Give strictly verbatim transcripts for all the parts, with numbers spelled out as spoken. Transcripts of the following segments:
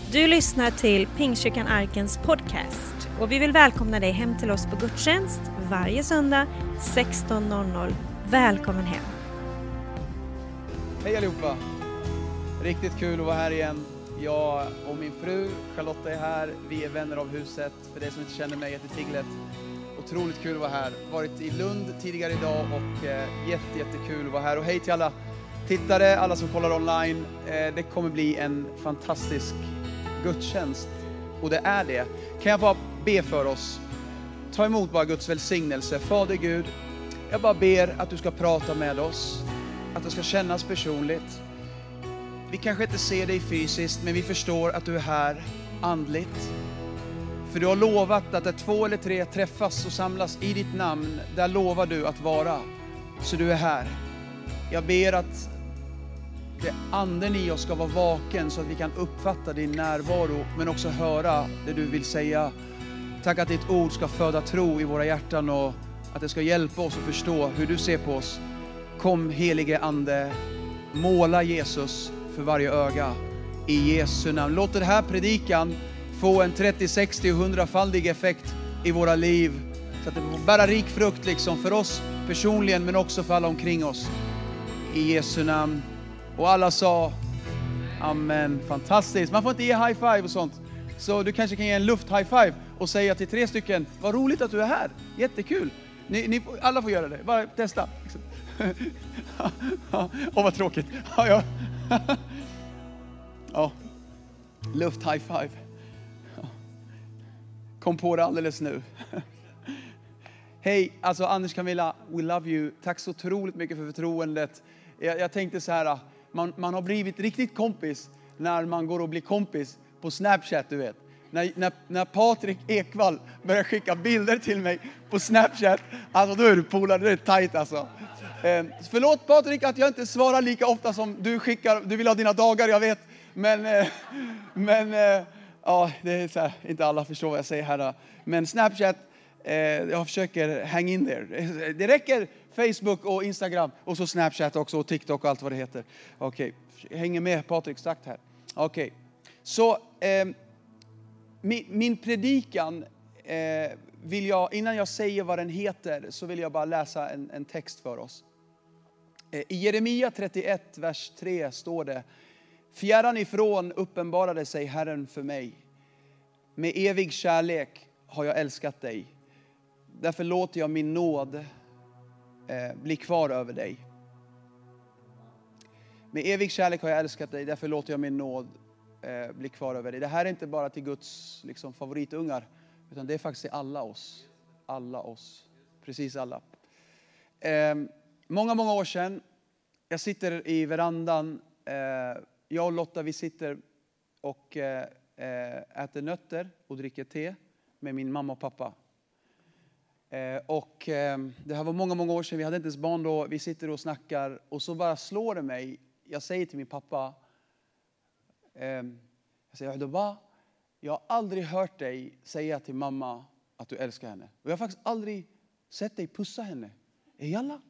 Du lyssnar till Pingstkyrkan Arkens podcast och vi vill välkomna dig hem till oss på gudstjänst varje söndag sexton noll noll. Välkommen hem. Hej allihopa. Riktigt kul att vara här igen. Jag och min fru Charlotta är här. Vi är vänner av huset. För er som inte känner mig, jag heter Tiglet. Otroligt kul att vara här. Varit i Lund tidigare idag och eh, jätte, jättekul att vara här. Och hej till alla tittare, alla som kollar online. Eh, det kommer bli en fantastisk gudstjänst. Och det är det. Kan jag bara be för oss? Ta emot bara Guds välsignelse. Fader Gud, jag bara ber att du ska prata med oss. Att det ska kännas personligt. Vi kanske inte ser dig fysiskt, men vi förstår att du är här andligt. För du har lovat att där två eller tre träffas och samlas i ditt namn, där lovar du att vara. Så du är här. Jag ber att det anden i oss ska vara vaken så att vi kan uppfatta din närvaro, men också höra det du vill säga. Tack att ditt ord ska föda tro i våra hjärtan och att det ska hjälpa oss att förstå hur du ser på oss. Kom helige ande, måla Jesus för varje öga i Jesu namn. Låt den här predikan få en trettio, sextio, hundra-faldig effekt i våra liv. Så att det får bära rik frukt liksom för oss personligen, men också för alla omkring oss. I Jesu namn. Och alla sa amen. Fantastiskt. Man får inte ge high five och sånt. Så du kanske kan ge en luft high five och säga till tre stycken: vad roligt att du är här. Jättekul. Ni, ni, alla får göra det. Bara testa. Åh, oh, vad tråkigt. Ja, ja. Ja. Luft high five. Kom på det alldeles nu. Hej, alltså Anders, Camilla, we love you. Tack så otroligt mycket för förtroendet. Jag, jag tänkte så här, man, man har blivit riktigt kompis när man går och blir kompis på Snapchat, du vet. När, när, när Patrik Ekvall börjar skicka bilder till mig på Snapchat, alltså då är du polare, det är tajt alltså. Eh, förlåt Patrik att jag inte svarar lika ofta som du skickar, du vill ha dina dagar, jag vet. Men, eh, men eh, ja, det är så här, inte alla förstår vad jag säger här då. Men Snapchat, eh, jag försöker hang in there. Det räcker Facebook och Instagram och så Snapchat också och TikTok och allt vad det heter. Okej, okay. Hänger med Patriks takt här. Okej, okay. Så eh, min, min predikan eh, vill jag, innan jag säger vad den heter, så vill jag bara läsa en, en text för oss. Eh, I Jeremia trettioett, vers tre står det: fjärran ifrån uppenbarade sig Herren för mig. Med evig kärlek har jag älskat dig. Därför låter jag min nåd eh, bli kvar över dig. Med evig kärlek har jag älskat dig. Därför låter jag min nåd eh, bli kvar över dig. Det här är inte bara till Guds liksom, favoritungar. Utan det är faktiskt till alla oss. Alla oss. Precis alla. Eh, många, många år sedan. Jag sitter i verandan. Eh, jag och Lotta, vi sitter och eh, äter nötter och dricker te med min mamma och pappa. Eh, och eh, det här var många, många år sedan. Vi hade inte ens barn då. Vi sitter och snackar. Och så bara slår det mig. Jag säger till min pappa. Eh, jag säger, Hördu, jag har aldrig hört dig säga till mamma att du älskar henne. Och jag har faktiskt aldrig sett dig pussa henne. Är alla?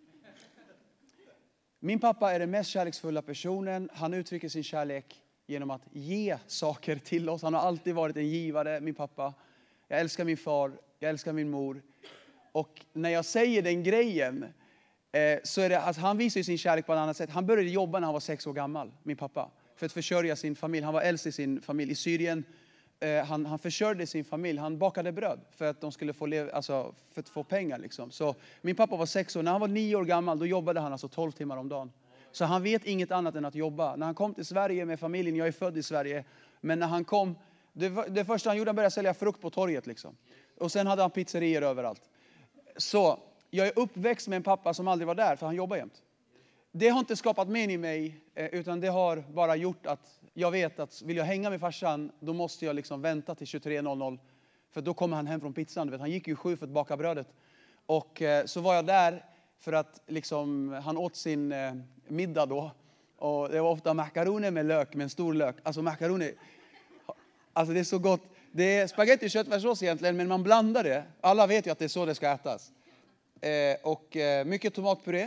Min pappa är den mest kärleksfulla personen. Han uttrycker sin kärlek genom att ge saker till oss. Han har alltid varit en givare, min pappa. Jag älskar min far, jag älskar min mor. Och när jag säger den grejen eh, så är det att han visar sin kärlek på ett annat sätt. Han började jobba när han var sex år gammal, min pappa. För att försörja sin familj. Han var äldst i sin familj i Syrien. Eh, han, han försörjde sin familj. Han bakade bröd för att de skulle få, leva, alltså, för att få pengar. Liksom. Så min pappa var sex år. När han var nio år gammal då jobbade han alltså tolv timmar om dagen. Så han vet inget annat än att jobba. När han kom till Sverige med familjen, jag är född i Sverige. Men när han kom, det, det första han gjorde, han började sälja frukt på torget. Liksom. Och sen hade han pizzerier överallt. Så jag är uppväxt med en pappa som aldrig var där, för han jobbar jämt. Det har inte skapat mening i mig, utan det har bara gjort att jag vet att vill jag hänga med farsan, då måste jag liksom vänta till tjugotre noll noll. För då kommer han hem från pizzan. Du vet, han gick ju sju för att baka brödet. Och så var jag där för att liksom, han åt sin eh, middag då. Och det var ofta makaroner med lök, med en stor lök. Alltså makaroner, alltså det är så gott. Det är spaghetti och köttfärssås egentligen, men man blandar det. Alla vet ju att det är så det ska ätas. Eh, och eh, mycket tomatpuré.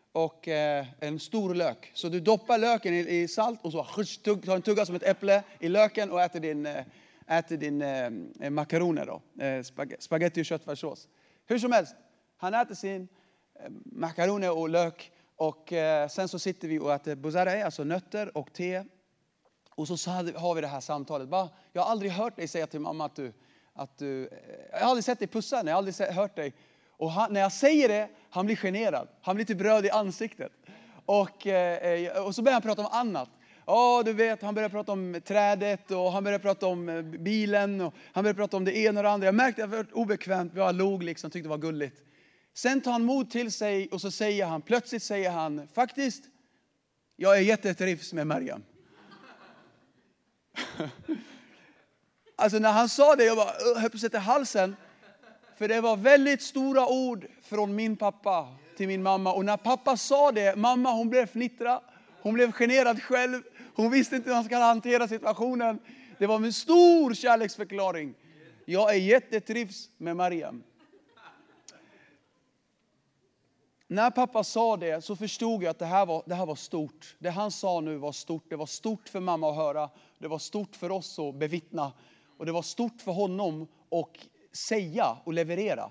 och eh, en stor lök. Så du doppar löken i, i salt och så tugg, tar en tugga som ett äpple i löken och äter din, eh, äter din eh, makaroner då. Eh, spag- spaghetti och köttfärssås. Hur som helst, han äter sin eh, makaroner och lök. Och eh, sen så sitter vi och äter buzareh, alltså nötter och te. Och så har vi det här samtalet. Bara, jag har aldrig hört dig säga till mamma att du... Att du jag har aldrig sett dig pussa, jag har aldrig sett, hört dig. Och han, när jag säger det, han blir generad. Han blir typ röd i ansiktet. Och, eh, och så börjar han prata om annat. Ja, du vet, han börjar prata om trädet och han börjar prata om bilen. Och han börjar prata om det ena och det andra. Jag märkte att det var obekvämt, vi var låg liksom, tyckte det var gulligt. Sen tar han mod till sig och så säger han, plötsligt säger han, faktiskt, jag är jättetrivs med Mariam. Alltså när han sa det, jag bara höll på att sätta halsen. För det var väldigt stora ord från min pappa till min mamma. Och när pappa sa det, mamma hon blev fnittra. Hon blev generad själv. Hon visste inte hur han skulle hantera situationen. Det var en stor kärleksförklaring. Jag är jättetrivs med Mariam. När pappa sa det så förstod jag att det här, var, det här var stort. Det han sa nu var stort. Det var stort för mamma att höra. Det var stort för oss att bevittna. Och det var stort för honom att säga och leverera.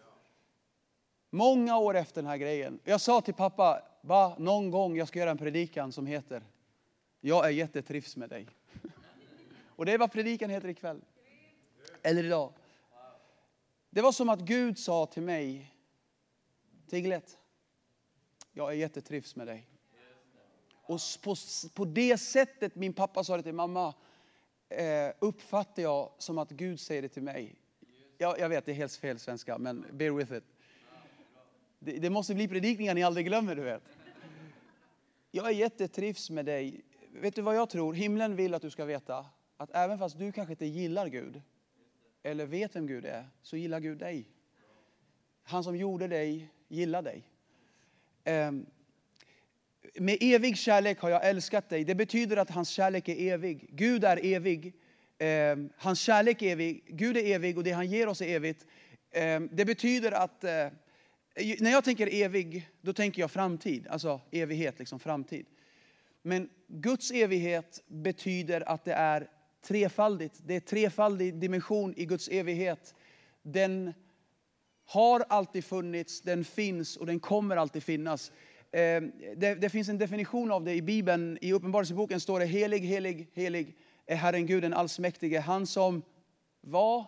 Många år efter den här grejen. Jag sa till pappa, bara någon gång jag ska göra en predikan som heter jag är jättetrivs med dig. Och det är vad predikan heter ikväll. Eller idag. Det var som att Gud sa till mig, Tiglet, jag är jättetrivs med dig. Och på, på det sättet min pappa sa det till mamma eh, uppfattar jag som att Gud säger det till mig. Jag, jag vet, det är helt fel svenska, men bear with it. Det, det måste bli predikningar ni aldrig glömmer, du vet. Jag är jättetrivs med dig. Vet du vad jag tror? Himlen vill att du ska veta att även fast du kanske inte gillar Gud eller vet vem Gud är, så gillar Gud dig. Han som gjorde dig gillar dig. Um, med evig kärlek har jag älskat dig. Det betyder att hans kärlek är evig. Gud är evig. Um, hans kärlek är evig. Gud är evig och det han ger oss är evigt. Um, det betyder att uh, när jag tänker evig, då tänker jag framtid. Alltså evighet, liksom framtid. Men Guds evighet betyder att det är trefaldigt. Det är trefaldig dimension i Guds evighet. Den har alltid funnits, den finns och den kommer alltid finnas. Eh, det, det finns en definition av det i Bibeln. I Uppenbarelseboken står det helig, helig, helig är Herren Gud den allsmäktige. Han som var,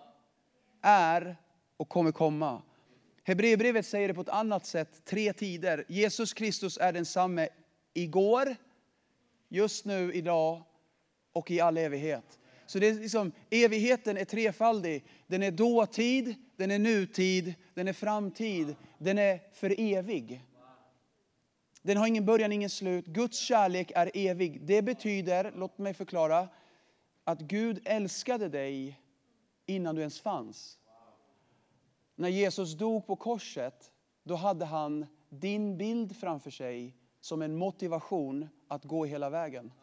är och kommer komma. Hebreerbrevet säger det på ett annat sätt. Tre tider. Jesus Kristus är densamme igår, just nu, idag och i all evighet. Så det är liksom, evigheten är trefaldig. Den är dåtid, den är nutid, den är framtid. Den är för evig. Den har ingen början, ingen slut. Guds kärlek är evig. Det betyder, låt mig förklara, att Gud älskade dig innan du ens fanns. När Jesus dog på korset, då hade han din bild framför sig som en motivation att gå hela vägen.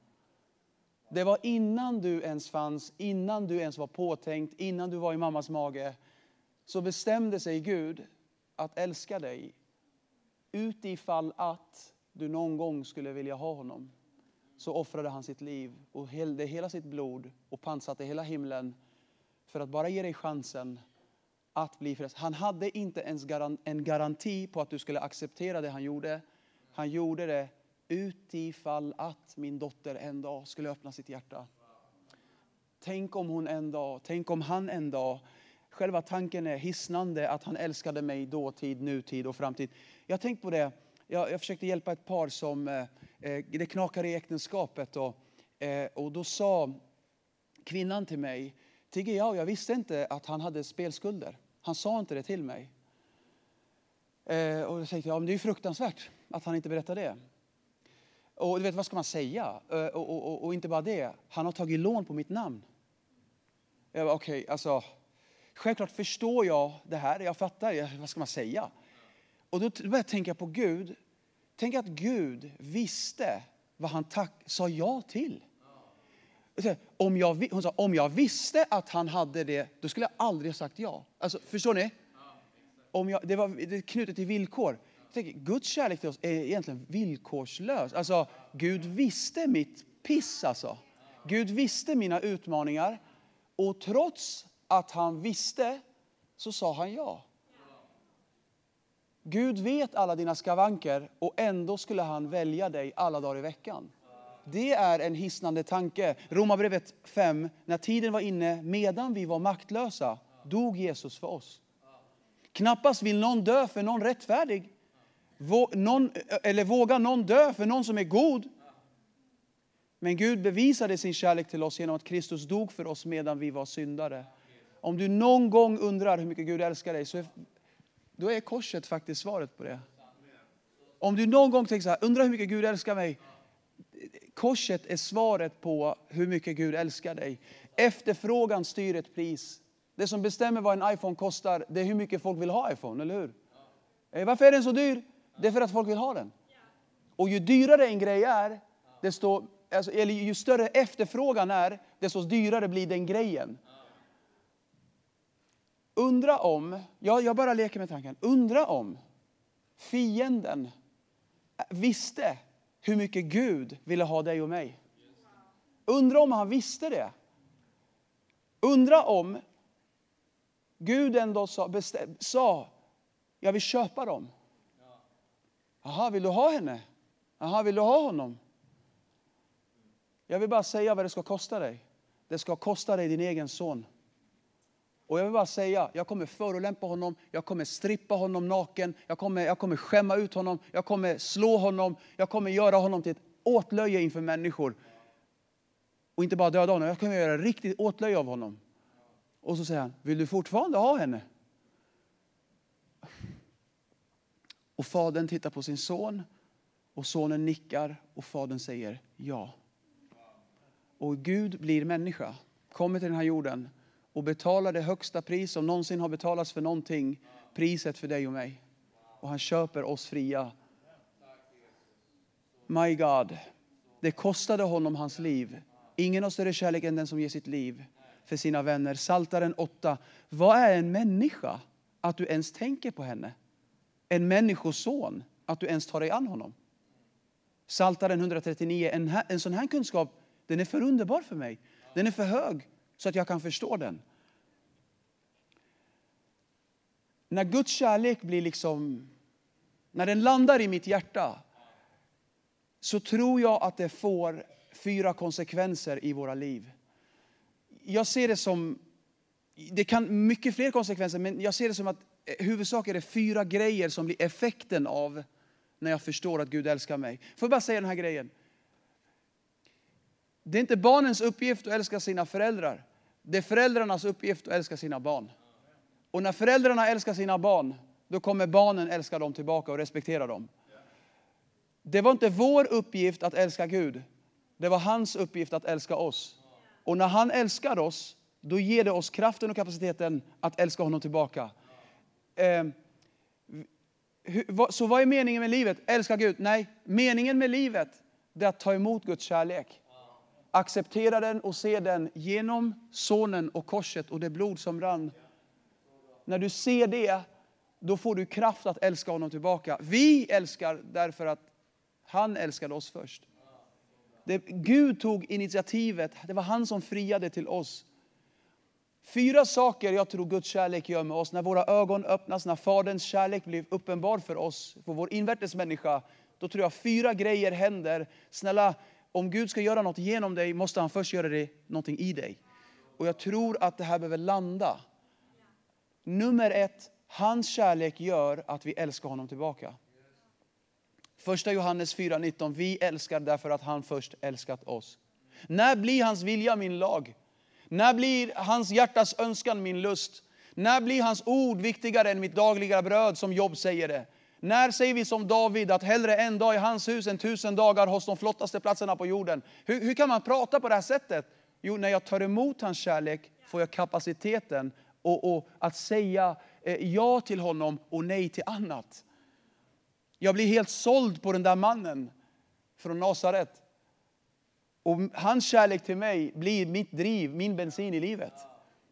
Det var innan du ens fanns, innan du ens var påtänkt, innan du var i mammas mage. Så bestämde sig Gud att älska dig. Utifall att du någon gång skulle vilja ha honom. Så offrade han sitt liv och hällde hela sitt blod och pantsatte hela himlen. För att bara ge dig chansen att bli frälst. Han hade inte ens en garanti på att du skulle acceptera det han gjorde. Han gjorde det utifall att min dotter en dag skulle öppna sitt hjärta. Tänk om hon en dag, tänk om han en dag. Själva tanken är hisnande att han älskade mig dåtid, nutid och framtid. Jag har tänkt på det. Jag, jag försökte hjälpa ett par som eh, det knakar i äktenskapet. Och, eh, och då sa kvinnan till mig, Tigge, jag, jag visste inte att han hade spelskulder. Han sa inte det till mig. Eh, och jag tänkte, ja men det är ju fruktansvärt att han inte berättade det. Och du vet, vad ska man säga? Och, och, och, och inte bara det. Han har tagit lån på mitt namn. Jag var okej, okay, alltså. Självklart förstår jag det här. Jag fattar, vad ska man säga? Och då började jag tänka på Gud. Tänk att Gud visste vad han tack, sa ja till. Om jag, hon sa, om jag visste att han hade det, då skulle jag aldrig ha sagt ja. Alltså, förstår ni? Om jag, det var det knutet till villkor. Jag tänker, Guds kärlek till oss är egentligen villkorslös. Alltså, Gud visste mitt piss alltså. Gud visste mina utmaningar. Och trots att han visste så sa han ja. Gud vet alla dina skavanker och ändå skulle han välja dig alla dagar i veckan. Det är en hisnande tanke. Romarbrevet fem, när tiden var inne medan vi var maktlösa, dog Jesus för oss. Knappast vill någon dö för någon rättfärdig. Vå, någon, eller vågar någon dö för någon som är god. Men Gud bevisade sin kärlek till oss genom att Kristus dog för oss medan vi var syndare. Om du någon gång undrar hur mycket Gud älskar dig, så är, då är korset faktiskt svaret på det. Om du någon gång tänker så här, undrar hur mycket Gud älskar mig. Korset är svaret på hur mycket Gud älskar dig. Efterfrågan styr ett pris. Det som bestämmer vad en iPhone kostar, det är hur mycket folk vill ha iPhone, eller hur? Varför är den så dyr? Det är för att folk vill ha den. Och ju dyrare en grej är, desto, alltså, eller ju större efterfrågan är, desto dyrare blir den grejen. Undra om, ja, jag bara leker med tanken, undra om fienden visste hur mycket Gud ville ha dig och mig. Undra om han visste det. Undra om Gud ändå sa, bestäm, sa jag vill köpa dem. Aha, vill du ha henne? Aha, vill du ha honom? Jag vill bara säga vad det ska kosta dig. Det ska kosta dig din egen son. Och jag vill bara säga, jag kommer förolämpa honom. Jag kommer strippa honom naken. Jag kommer, jag kommer skämma ut honom. Jag kommer slå honom. Jag kommer göra honom till ett åtlöje inför människor. Och inte bara döda honom. Jag kommer göra riktigt åtlöje av honom. Och så säger han, vill du fortfarande ha henne? Och fadern tittar på sin son. Och sonen nickar. Och fadern säger ja. Och Gud blir människa. Kommer till den här jorden. Och betalar det högsta pris som någonsin har betalats för någonting. Priset för dig och mig. Och han köper oss fria. My God. Det kostade honom hans liv. Ingen har större kärlek än den som ger sitt liv för sina vänner. Psaltaren åtta. Vad är en människa? Att du ens tänker på henne. En människoson. Att du ens tar dig an honom. Psaltaren etthundratrettionio. En, här, en sån här kunskap. Den är för underbar för mig. Den är för hög. Så att jag kan förstå den. När Guds kärlek blir liksom. När den landar i mitt hjärta. Så tror jag att det får fyra konsekvenser i våra liv. Jag ser det som. Det kan mycket fler konsekvenser. Men jag ser det som att huvudsak är det fyra grejer som blir effekten av. När jag förstår att Gud älskar mig. Får jag bara säga den här grejen. Det är inte barnens uppgift att älska sina föräldrar. Det är föräldrarnas uppgift att älska sina barn. Och när föräldrarna älskar sina barn, då kommer barnen älska dem tillbaka och respektera dem. Det var inte vår uppgift att älska Gud. Det var hans uppgift att älska oss. Och när han älskar oss, då ger det oss kraften och kapaciteten att älska honom tillbaka. Eh, så vad är meningen med livet? Älska Gud? Nej, meningen med livet är att ta emot Guds kärlek. Acceptera den och se den genom sonen och korset och det blod som rann. När du ser det, då får du kraft att älska honom tillbaka. Vi älskar därför att han älskade oss först. Det, Gud tog initiativet. Det var han som friade till oss. Fyra saker jag tror Guds kärlek gör med oss. När våra ögon öppnas, när faderns kärlek blir uppenbar för oss, för vår invärtes människa. Då tror jag fyra grejer händer. Snälla, om Gud ska göra något genom dig måste han först göra det någonting i dig. Och jag tror att det här behöver landa. Nummer ett, hans kärlek gör att vi älskar honom tillbaka. Första Johannes fyra nitton, vi älskar därför att han först älskat oss. När blir hans vilja min lag? När blir hans hjärtas önskan min lust? När blir hans ord viktigare än mitt dagliga bröd som Jobb säger det? När säger vi som David att hellre en dag i hans hus än tusen dagar hos de flottaste platserna på jorden? Hur, hur kan man prata på det här sättet? Jo, när jag tar emot hans kärlek får jag kapaciteten och, och att säga eh, ja till honom och nej till annat. Jag blir helt såld på den där mannen från Nasaret. Och hans kärlek till mig blir mitt driv, min bensin i livet.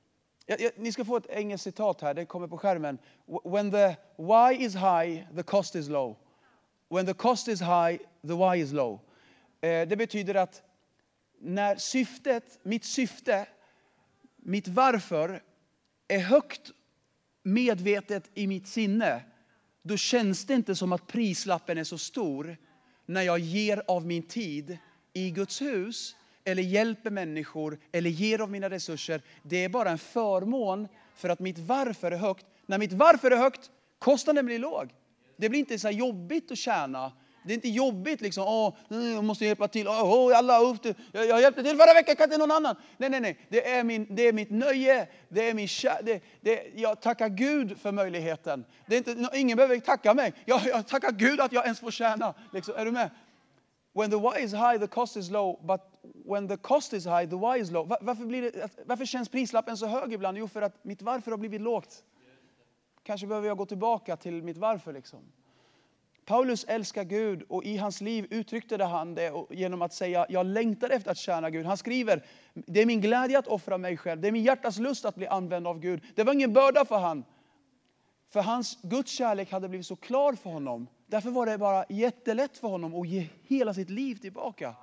Ja, ja, ni ska få ett engelskt citat här, det kommer på skärmen. When the why is high, the cost is low. When the cost is high, the why is low. Eh, det betyder att när syftet, mitt syfte, mitt varför är högt medvetet i mitt sinne, då känns det inte som att prislappen är så stor när jag ger av min tid i Guds hus eller hjälper människor eller ger av mina resurser. Det är bara en förmån för att mitt varför är högt. När mitt varför är högt, kostnaden blir låg. Det blir inte så här jobbigt att tjäna. Det är inte jobbigt liksom, åh, jag måste hjälpa till. Åh, alla upp till. Jag, jag hjälpte till förra veckan, kan inte någon annan. Nej, nej, nej. Det är, min, det är mitt nöje. Det är min kär, det, det, jag tackar Gud för möjligheten. Det är inte, ingen behöver tacka mig. Jag, jag tackar Gud att jag ens får tjäna. Liksom, är du med? When the why is high, the cost is low. But when the cost is high, the why is low. Var, varför, blir det, varför känns prislappen så hög ibland? Jo, för att mitt varför har blivit lågt. Kanske behöver jag gå tillbaka till mitt varför liksom. Paulus älskar Gud och i hans liv uttryckte det han det genom att säga jag längtar efter att tjäna Gud. Han skriver, det är min glädje att offra mig själv. Det är min hjärtas lust att bli använd av Gud. Det var ingen börda för han. För hans Guds kärlek hade blivit så klar för honom. Därför var det bara jättelätt för honom att ge hela sitt liv tillbaka.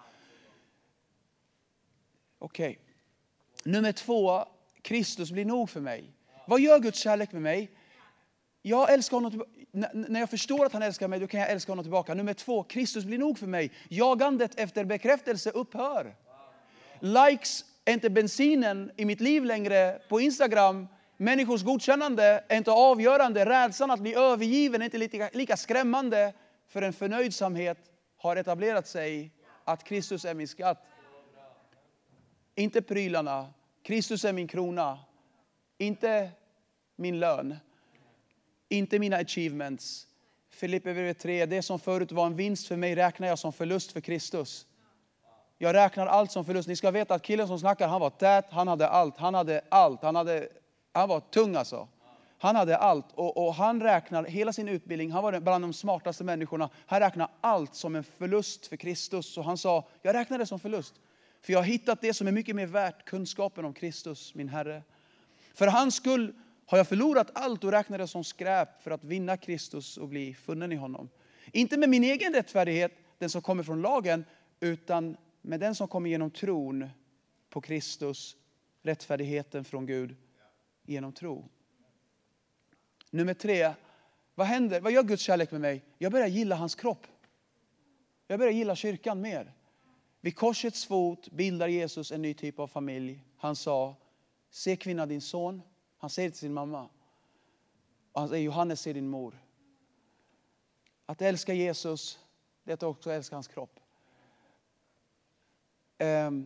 Okej. Okay. Nummer två, Kristus blir nog för mig. Vad gör Guds kärlek med mig? Jag älskar honom tillbaka. När jag förstår att han älskar mig, då kan jag älska honom tillbaka. Nummer två, Kristus blir nog för mig. Jagandet efter bekräftelse upphör. Likes är inte bensinen i mitt liv längre på Instagram. Människors godkännande är inte avgörande. Rädslan att bli övergiven är inte lika, lika skrämmande. För en förnöjsamhet har etablerat sig att Kristus är min skatt. Inte prylarna. Kristus är min krona. Inte min lön. Inte mina achievements. Filippibrevet tre. Det som förut var en vinst för mig räknar jag som förlust för Kristus. Jag räknar allt som förlust. Ni ska veta att killen som snackar, han var tät. Han hade allt. Han hade allt. Han, hade, han var tung alltså. Han hade allt. Och, och han räknar hela sin utbildning. Han var bland de smartaste människorna. Han räknar allt som en förlust för Kristus. Och han sa, jag räknar det som förlust. För jag har hittat det som är mycket mer värt. Kunskapen om Kristus, min Herre. För hans skull har jag förlorat allt och räknar det som skräp för att vinna Kristus och bli funnen i honom. Inte med min egen rättfärdighet, den som kommer från lagen, utan med den som kommer genom tron på Kristus, rättfärdigheten från Gud genom tro. Nummer tre, vad händer? Vad gör Guds kärlek med mig? Jag börjar gilla hans kropp. Jag börjar gilla kyrkan mer. Vid korsets fot bildar Jesus en ny typ av familj. Han sa, se kvinna din son. Han säger till sin mamma. Och han säger, Johannes, se din mor. Att älska Jesus, det är att också älska hans kropp. Um,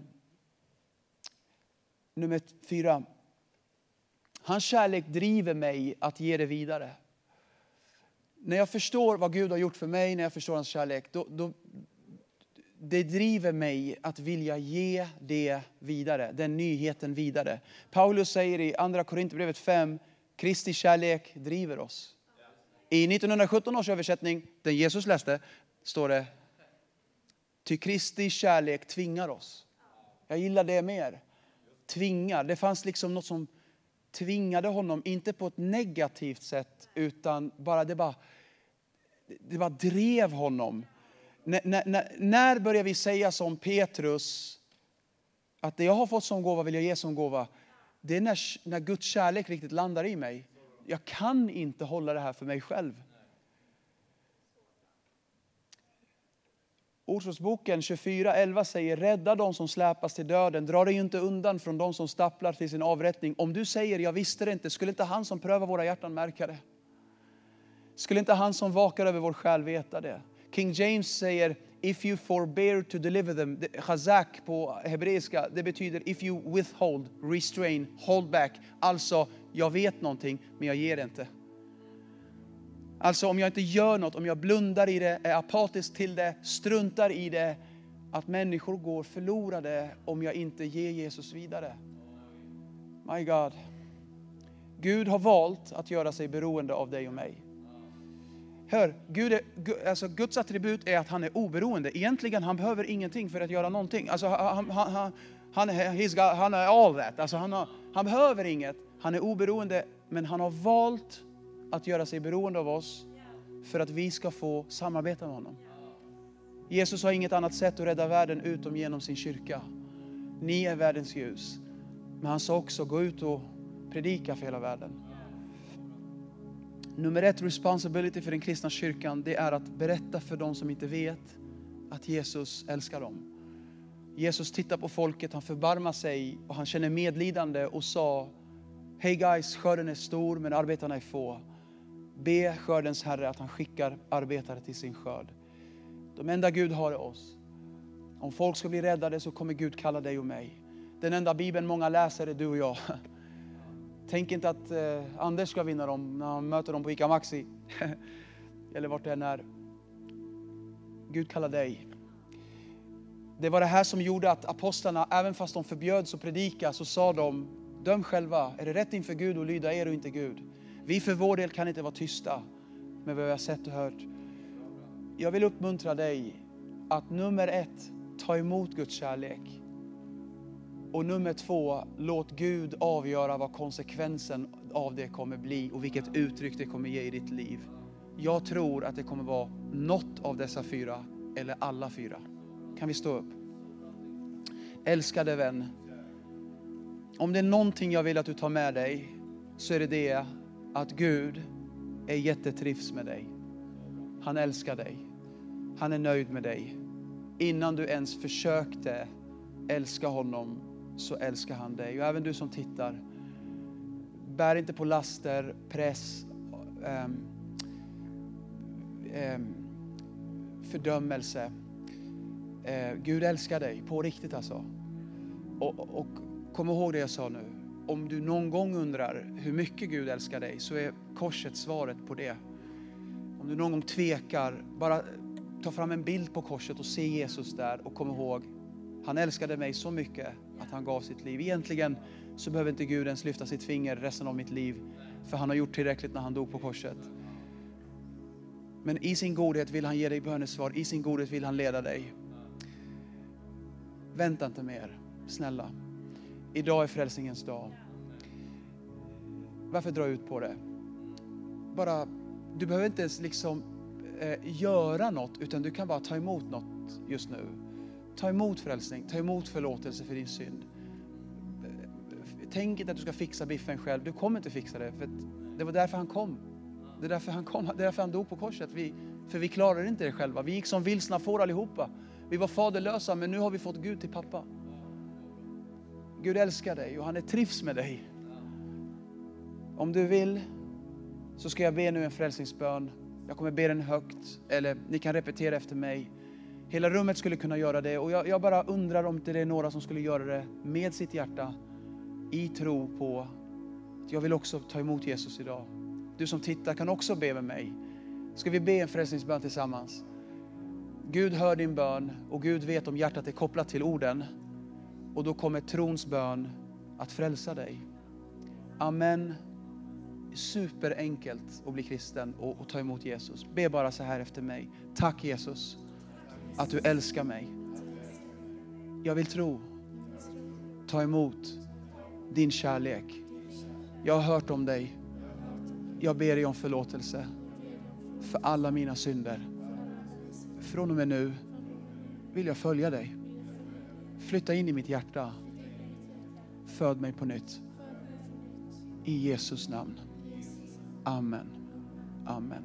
nummer fyra. Hans kärlek driver mig att ge det vidare. När jag förstår vad Gud har gjort för mig, när jag förstår hans kärlek, då, då, det driver mig att vilja ge det vidare, den nyheten vidare. Paulus säger i andra Korinthierbrevet fem, Kristi kärlek driver oss. I nittonhundrasjutton års översättning, den Jesus läste, står det, ty Kristi kärlek tvingar oss. Jag gillar det mer. Tvingar, det fanns liksom något som tvingade honom, inte på ett negativt sätt, utan bara det bara, det bara drev honom. När, när, när börjar vi säga som Petrus, att det jag har fått som gåva vill jag ge som gåva? Det är när, när Guds kärlek riktigt landar i mig. Jag kan inte hålla det här för mig själv. Ordspråksboken tjugofyra elva säger, rädda de som släpas till döden. Dra dig inte undan från de som stapplar till sin avrättning. Om du säger, jag visste det inte, skulle inte han som prövar våra hjärtan märka det? Skulle inte han som vakar över vår själ veta det? King James säger, if you forbear to deliver them. Chazak på hebreiska, det betyder if you withhold, restrain, hold back. Alltså, jag vet någonting, men jag ger det inte. Alltså om jag inte gör något, om jag blundar i det, är apatisk till det, struntar i det, att människor går förlorade om jag inte ger Jesus vidare. My God. Gud har valt att göra sig beroende av dig och mig. Hör, Gud är, alltså Guds attribut är att han är oberoende. Egentligen han behöver ingenting för att göra någonting. Alltså han, han, han, han, he's got, han är all that. Alltså han, har, han behöver inget. Han är oberoende, men han har valt att göra sig beroende av oss för att vi ska få samarbeta med honom. Jesus har inget annat sätt att rädda världen utom genom sin kyrka. Ni är världens ljus. Men han sa också, gå ut och predika för hela världen. Nummer ett responsibility för den kristna kyrkan, det är att berätta för de som inte vet att Jesus älskar dem. Jesus tittar på folket, han förbarmar sig och han känner medlidande och sa, hej guys, skörden är stor men arbetarna är få. Be skördens Herre att han skickar arbetare till sin skörd. De enda Gud har är oss. Om folk ska bli räddade så kommer Gud kalla dig och mig. Den enda Bibeln många läser är du och jag. Tänk inte att eh, Anders ska vinna dem när han möter dem på Ica Maxi. Eller vart det än är. Gud kallar dig. Det var det här som gjorde att apostlarna, även fast de förbjöds att predika, så sa de, döm själva. Är det rätt inför Gud att lyda er och inte Gud? Vi för vår del kan inte vara tysta med vad vi har sett och hört. Jag vill uppmuntra dig att nummer ett, ta emot Guds kärlek. Och nummer två, låt Gud avgöra vad konsekvensen av det kommer bli och vilket uttryck det kommer ge i ditt liv. Jag tror att det kommer vara något av dessa fyra eller alla fyra. Kan vi stå upp? Älskade vän, om det är någonting jag vill att du tar med dig så är det det att Gud är jättetrivs med dig. Han älskar dig. Han är nöjd med dig. Innan du ens försökte älska honom så älskar han dig. Och även du som tittar, bär inte på laster, press, um, um, fördömelse. Uh, Gud älskar dig på riktigt alltså. Och, och, och kom ihåg det jag sa nu. Om du någon gång undrar hur mycket Gud älskar dig så är korset svaret på det. Om du någon gång tvekar, bara ta fram en bild på korset och se Jesus där och kom ihåg, han älskade mig så mycket att han gav sitt liv. Egentligen så behöver inte Gud ens lyfta sitt finger resten av mitt liv, för han har gjort tillräckligt när han dog på korset. Men i sin godhet vill han ge dig bönesvar, i sin godhet vill han leda dig. Vänta inte mer, snälla. Idag är frälsningens dag. Varför dra ut på det? Bara, du behöver inte ens liksom eh, göra något, utan du kan bara ta emot något just nu. Ta emot frälsning, ta emot förlåtelse för din synd. Tänk inte att du ska fixa biffen själv. Du kommer inte fixa det, för det var därför han kom. Det är därför han kom, det är därför han dog på korset. Vi, för vi klarar inte det själva. Vi gick som vilsna får allihopa. Vi var faderlösa, men nu har vi fått Gud till pappa. Gud älskar dig och han är trivs med dig. Om du vill så ska jag be nu en frälsningsbön. Jag kommer be den högt, eller ni kan repetera efter mig. Hela rummet skulle kunna göra det, och jag, jag bara undrar om det är några som skulle göra det med sitt hjärta i tro på att jag vill också ta emot Jesus idag. Du som tittar kan också be med mig. Ska vi be en frälsningsbön tillsammans? Gud hör din bön och Gud vet om hjärtat är kopplat till orden. Och då kommer trons bön att frälsa dig. Amen. Superenkelt att bli kristen och, och ta emot Jesus. Be bara så här efter mig. Tack Jesus att du älskar mig. Jag vill tro. Ta emot din kärlek. Jag har hört om dig. Jag ber dig om förlåtelse för alla mina synder. Från och med nu vill jag följa dig. Flytta in i mitt hjärta. Föd mig på nytt. I Jesus namn. Amen. Amen.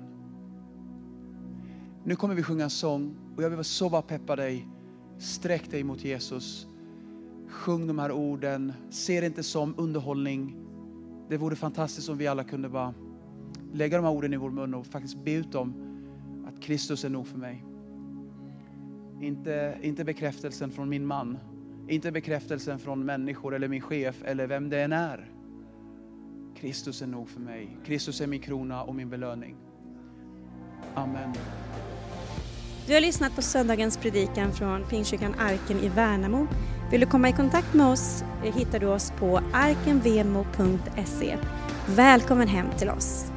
Nu kommer vi sjunga en sång. Och jag vill så bara peppa dig. Sträck dig mot Jesus. Sjung de här orden. Se det inte som underhållning. Det vore fantastiskt om vi alla kunde bara lägga de här orden i vår mun och faktiskt be ut dem. Att Kristus är nog för mig. Inte, inte bekräftelsen från min man. Inte bekräftelsen från människor eller min chef eller vem det än är. Kristus är nog för mig. Kristus är min krona och min belöning. Amen. Du har lyssnat på söndagens predikan från Pingstkyrkan Arken i Värnamo. Vill du komma i kontakt med oss hittar du oss på arkenvemo punkt se. Välkommen hem till oss.